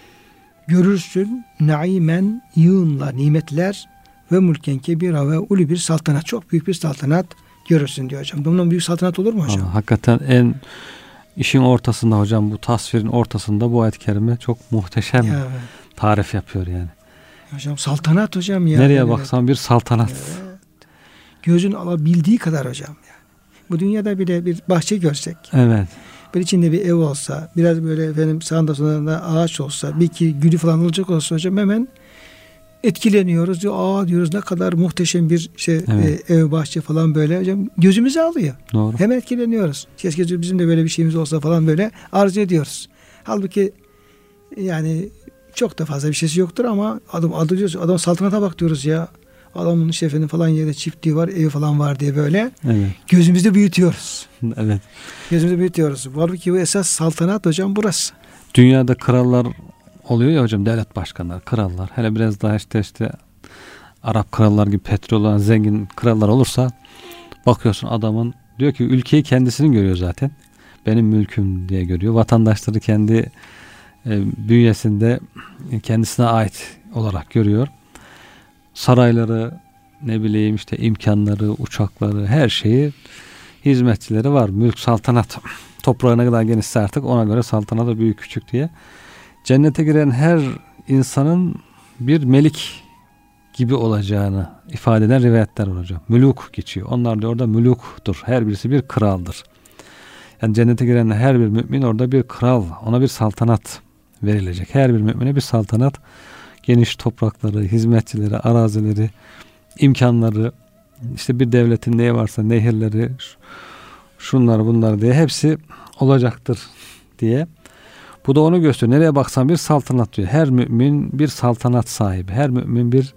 S1: görürsün naimen yığınla nimetler ve mulken kebira ve ulu bir saltanat çok büyük bir saltanat görürsün diyor hocam. Bundan büyük saltanat olur mu hocam?
S2: Aa, hakikaten en işin ortasında hocam bu tasvirin ortasında bu ayet-i kerime çok muhteşem ya, evet. tarif yapıyor yani.
S1: Hocam saltanat hocam ya.
S2: Nereye yani, baksan bir saltanat.
S1: Evet. Gözün alabildiği kadar hocam yani. Bu dünyada bile bir bahçe görsek.
S2: Evet.
S1: Bir içinde bir ev olsa, biraz böyle efendim sağında solunda ağaç olsa, bir iki gülü falan olacak olsa hocam hemen etkileniyoruz. Aa diyoruz ne kadar muhteşem bir şey evet. e, ev bahçe falan böyle hocam gözümüzü alıyor. Doğru. Hemen etkileniyoruz. Keşke bizim de böyle bir şeyimiz olsa falan böyle arzu ediyoruz. Halbuki yani çok da fazla bir şeysi yoktur ama adam adı diyoruz, adam saltanata bak diyoruz ya. Adamın işte efendim falan yerde çiftliği var, evi falan var diye böyle evet. gözümüzde büyütüyoruz. Evet. Gözümüzde büyütüyoruz. Halbuki bu esas saltanat hocam burası.
S2: Dünyada krallar oluyor ya hocam, devlet başkanları, krallar. Hele biraz daha işte işte Arap krallar gibi petrol olan zengin krallar olursa bakıyorsun adamın diyor ki ülkeyi kendisinin görüyor zaten. Benim mülküm diye görüyor. Vatandaşları kendi e, bünyesinde kendisine ait olarak görüyor. Sarayları, ne bileyim işte imkanları, uçakları, her şeyi, hizmetçileri var. Mülk, saltanat. Toprağı ne kadar genişse artık ona göre saltanatı büyük küçük diye. Cennete giren her insanın bir melik gibi olacağını ifade eden rivayetler var hocam. Müluk geçiyor. Onlar da orada müluktur. Her birisi bir kraldır. Yani cennete giren her bir mümin orada bir kral. Ona bir saltanat verilecek. Her bir mümine bir saltanat. Geniş toprakları, hizmetçileri, arazileri, imkanları, işte bir devletin neye varsa nehirleri, şunlar bunlar diye hepsi olacaktır diye. Bu da onu gösteriyor. Nereye baksan bir saltanat diyor. Her mümin bir saltanat sahibi. Her mümin bir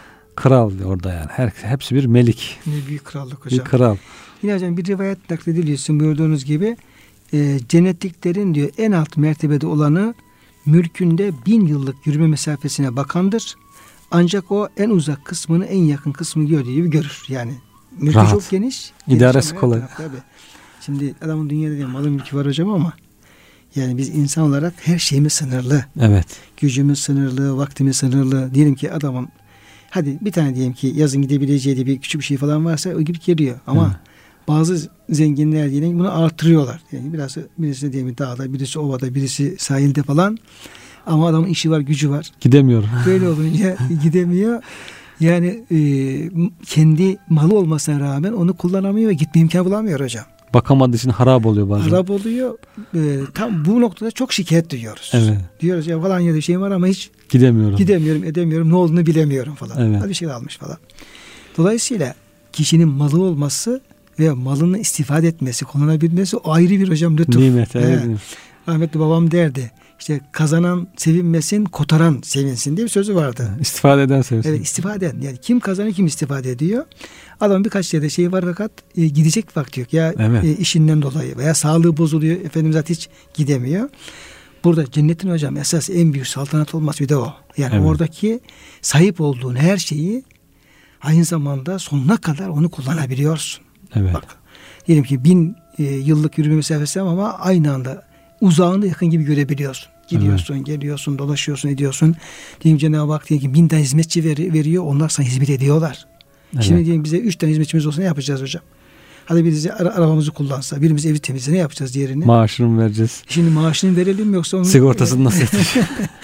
S2: kral orada yani. Her, hepsi bir melik.
S1: Ne büyük krallık hocam.
S2: Bir kral.
S1: Yine hocam bir rivayet naklediliyorsun buyurduğunuz gibi e, cennetliklerin diyor en alt mertebede olanı mülkünde bin yıllık yürüme mesafesine bakandır. Ancak o en uzak kısmını, en yakın kısmını gördüğü gibi görür. Yani mülkü
S2: rahat.
S1: çok geniş.
S2: İdaresi kolay.
S1: Tabii. Şimdi adamın dünyada diye malı mülkü var hocam ama yani biz insan olarak her şeyimiz sınırlı.
S2: Evet.
S1: Gücümüz sınırlı, vaktimiz sınırlı. Diyelim ki adamın hadi bir tane diyelim ki yazın gidebileceği de bir küçük bir şey falan varsa o gibi geliyor. Ama evet. Bazı zenginler diyelim bunu artırıyorlar. Yani biraz birisi diyelim dağda, birisi ovada, birisi sahilde falan. Ama adamın işi var, gücü var.
S2: Gidemiyor.
S1: Böyle olunca gidemiyor. Yani e, kendi malı olmasına rağmen onu kullanamıyor ve gitme imkanı bulamıyor hocam.
S2: Bakamadığı için harap oluyor bazen.
S1: Harap oluyor. E, tam bu noktada çok şikayet duyuyoruz.
S2: Evet.
S1: Diyoruz ya falan yerde şeyim var ama hiç
S2: gidemiyorum.
S1: Gidemiyorum, edemiyorum. Ne olduğunu bilemiyorum falan.
S2: Evet.
S1: Hadi bir şey almış falan. Dolayısıyla kişinin malı olması ve malını istifade etmesi, kullanabilmesi o ayrı bir hocam lütuf.
S2: Nimet. Evet.
S1: Rahmetli babam derdi. İşte kazanan sevinmesin, kotaran sevinsin diye bir sözü vardı.
S2: İstifade eden sevinsin.
S1: Evet, istifade eden. Yani kim kazanıyor, kim istifade ediyor. Adam birkaç yerde şey var fakat e, gidecek vakti yok. Ya
S2: evet.
S1: e, işinden dolayı veya sağlığı bozuluyor. Efendim zaten hiç gidemiyor. Burada cennetin hocam esas en büyük saltanat olması bir de o. Yani evet. Oradaki sahip olduğun her şeyi aynı zamanda sonuna kadar onu kullanabiliyorsun.
S2: Evet.
S1: Bak, diyelim ki bin e, yıllık yürüme mesafesi ama aynı anda uzağında yakın gibi görebiliyorsun. Gidiyorsun, evet. Geliyorsun, dolaşıyorsun, ediyorsun. Diyelim Cenab-ı Hak diye ki bin tane hizmetçi ver, veriyor. Onlar sana hizmet ediyorlar. Evet. Şimdi diyelim bize üç tane hizmetçimiz olsa ne yapacağız hocam? Hadi birisi ara, arabamızı kullansa, birimiz evi temizle, ne yapacağız diğerini?
S2: Maaşını mı vereceğiz?
S1: Şimdi maaşını verelim yoksa onun
S2: sigortasını nasıl edecek?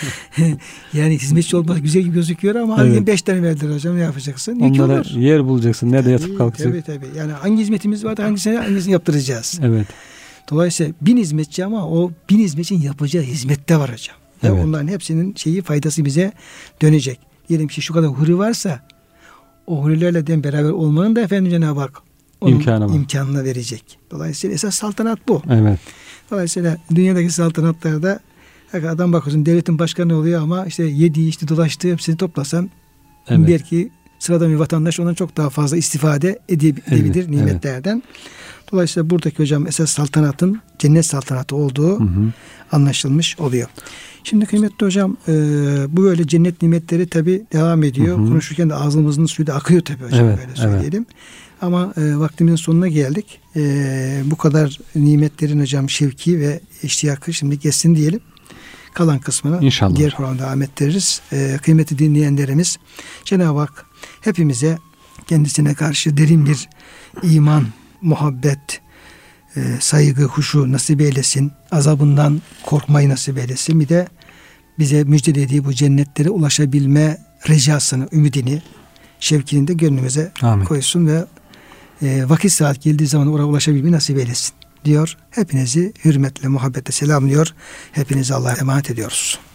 S1: Yani hizmetçi olmak güzel gibi gözüküyor ama evet. Hadi beş tane verdiler hocam, ne yapacaksın?
S2: Onlara yer bulacaksın. Nerede yatıp kalkacak?
S1: Tabii tabii. Yani hangi hizmetimiz vardı, hangisini, hangisini yaptıracağız?
S2: Evet.
S1: Dolayısıyla bin hizmetçi ama o bin hizmetçinin yapacağı hizmette var hocam. Evet. Yani onların hepsinin şeyi, faydası bize dönecek. Diyelim ki şu kadar huri varsa o hurilerle de beraber olmanın da efendim Cenab-ı Hak onun İmkanı imkanını verecek. Dolayısıyla esas saltanat bu.
S2: Evet.
S1: Dolayısıyla dünyadaki saltanatlarda adam bakıyorsun devletin başkanı oluyor ama işte yediği işte dolaştığı hepsini toplasan evet. Belki sıradan bir vatandaş ondan çok daha fazla istifade edebilir evet. Nimetlerden. Evet. Dolayısıyla buradaki hocam esas saltanatın cennet saltanatı olduğu hı hı. anlaşılmış oluyor. Şimdi kıymetli hocam e, bu böyle cennet nimetleri tabi devam ediyor. Hı hı. Konuşurken de ağzımızın suyu da akıyor tabi hocam evet, böyle söyleyelim. Evet. Ama e, vaktimizin sonuna geldik. E, bu kadar nimetlerin hocam şevki ve iştiyakı şimdi geçsin diyelim. Kalan kısmını İnşallah. Diğer programda devam ettiririz. E, kıymetli dinleyenlerimiz Cenab-ı Hak hepimize kendisine karşı derin bir iman, muhabbet, e, saygı, huşu nasip eylesin. Azabından korkmayı nasip eylesin. Bir de bize müjdelediği bu cennetlere ulaşabilme recasını, ümidini, şevkini de gönlümüze Amin. Koysun ve e, vakit saat geldiği zaman oraya ulaşabilmeyi nasip eylesin diyor. Hepinizi hürmetle, muhabbetle selamlıyor. Hepinizi Allah'a emanet ediyoruz.